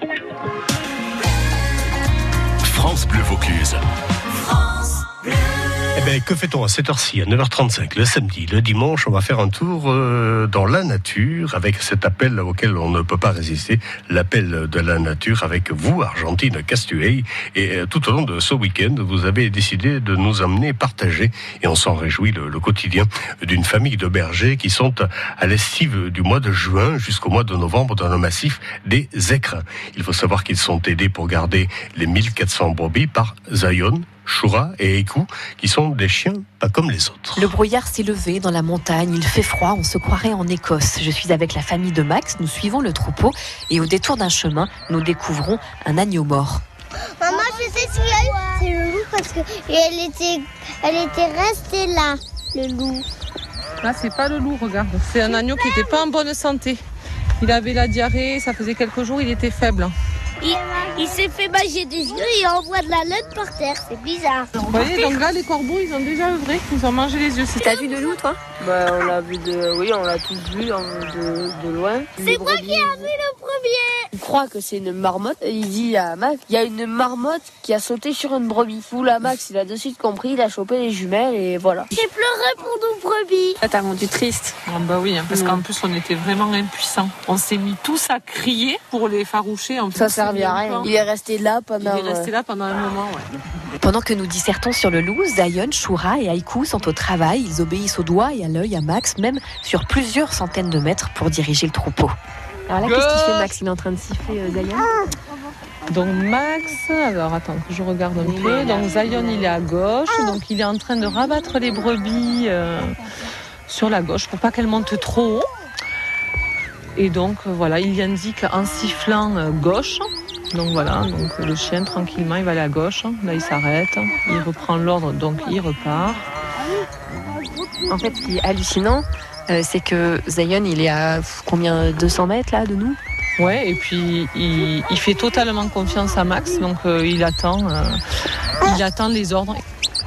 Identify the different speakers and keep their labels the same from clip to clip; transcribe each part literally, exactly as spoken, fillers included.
Speaker 1: France Bleu Vaucluse.
Speaker 2: France Bleu.
Speaker 3: Eh bien, que fait-on à cette heure-ci, à neuf heures trente-cinq, le samedi, le dimanche? On va faire un tour euh, dans la nature avec cet appel auquel on ne peut pas résister, l'appel de la nature avec vous, Argentine Castuey. Et euh, tout au long de ce week-end, vous avez décidé de nous emmener partager, et on s'en réjouit, le, le quotidien d'une famille de bergers qui sont à l'estive du mois de juin jusqu'au mois de novembre dans le massif des Écrins. Il faut savoir qu'ils sont aidés pour garder les mille quatre cents brebis par Zion, Choura et Eikou, qui sont des chiens pas comme les autres.
Speaker 4: Le brouillard s'est levé dans la montagne, il fait froid, on se croirait en Écosse. Je suis avec la famille de Max, nous suivons le troupeau et au détour d'un chemin, nous découvrons un agneau mort.
Speaker 5: Maman, je sais ce qu'il y a eu, c'est le loup parce qu'elle était, elle était restée là, le loup.
Speaker 6: Là, c'est pas le loup, regarde. C'est un agneau qui n'était pas en bonne santé. Il avait la diarrhée, ça faisait quelques jours, il était faible.
Speaker 5: Il, il s'est fait manger des yeux et il envoie de la laine par terre, c'est bizarre.
Speaker 6: Vous voyez, donc là, les corbeaux, ils ont déjà œuvré, ils ont mangé les yeux.
Speaker 4: T'as vu le loup, toi?
Speaker 7: Bah, on l'a vu de, oui, on l'a tous vu de, de loin.
Speaker 5: C'est moi qui ai vu le premier.
Speaker 7: Il croit que c'est une marmotte. Il dit à Max, il y a une marmotte qui a sauté sur une brebis. Fou la Max, il a de suite compris, il a chopé les jumelles et voilà.
Speaker 5: J'ai pleuré pour nos brebis.
Speaker 4: Ça t'a rendu triste.
Speaker 6: Ah bah oui, hein, parce mmh. qu'en plus, on était vraiment impuissants. On s'est mis tous à crier pour les faroucher. En
Speaker 7: ça servait à rien. Il est resté là pendant...
Speaker 6: Il est resté là pendant un moment, ouais.
Speaker 4: Pendant que nous dissertons sur le loup, Zion, Choura et Eikou sont au travail. Ils obéissent au doigt et à l'œil à Max, même sur plusieurs centaines de mètres pour diriger le troupeau. Alors là, qu'est-ce qu'il fait, Max? Il est en train de siffler euh, Zion.
Speaker 6: Donc Max, alors attends, je regarde un peu. Donc Zion, il est à gauche, donc il est en train de rabattre les brebis euh, sur la gauche pour pas qu'elles montent trop haut. Et donc euh, voilà, il indique en sifflant euh, gauche. Donc voilà, donc le chien tranquillement, il va aller à gauche. Là, il s'arrête, il reprend l'ordre, donc il repart.
Speaker 4: En fait, ce qui est hallucinant, euh, c'est que Zion, il est à combien, deux cents mètres là de nous?
Speaker 6: Ouais, et puis il, il fait totalement confiance à Max, donc euh, il attend, euh, il attend les ordres.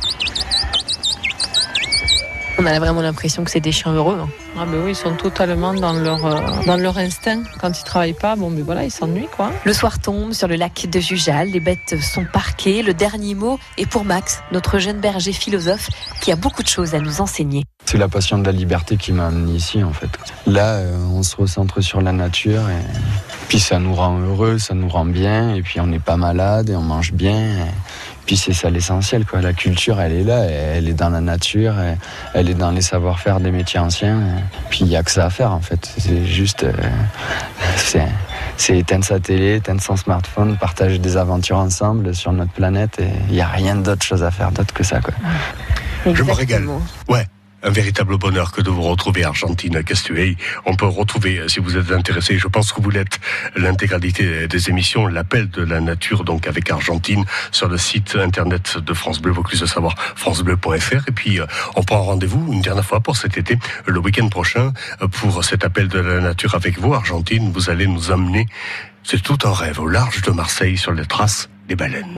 Speaker 4: On a vraiment l'impression que c'est des chiens heureux. Hein.
Speaker 6: Ah ben oui, ils sont totalement dans leur, euh, dans leur instinct. Quand ils travaillent pas, bon ben voilà, ils s'ennuient quoi.
Speaker 4: Le soir tombe sur le lac de Jujal, les bêtes sont parquées. Le dernier mot est pour Max, notre jeune berger philosophe, qui a beaucoup de choses à nous enseigner.
Speaker 8: C'est la passion de la liberté qui m'a amené ici en fait. Là, euh, on se recentre sur la nature et puis ça nous rend heureux, ça nous rend bien et puis on n'est pas malade et on mange bien. Et... Puis c'est ça l'essentiel, quoi. La culture, elle est là, elle est dans la nature, elle est dans les savoir-faire des métiers anciens. Puis il n'y a que ça à faire, en fait. C'est juste... Euh, c'est, c'est éteindre sa télé, éteindre son smartphone, partager des aventures ensemble sur notre planète. Et il n'y a rien d'autre chose à faire d'autre que ça, quoi.
Speaker 3: Exactement. Je me régale. Ouais. Un véritable bonheur que de vous retrouver, Argentine Castuey. On peut retrouver, si vous êtes intéressé, je pense que vous l'êtes, l'intégralité des émissions, l'appel de la nature, donc avec Argentine, sur le site internet de France Bleu Vaucluse, à savoir francebleu point f r. Et puis, on prend rendez-vous une dernière fois pour cet été, le week-end prochain, pour cet appel de la nature avec vous, Argentine. Vous allez nous emmener, c'est tout un rêve, au large de Marseille, sur les traces des baleines.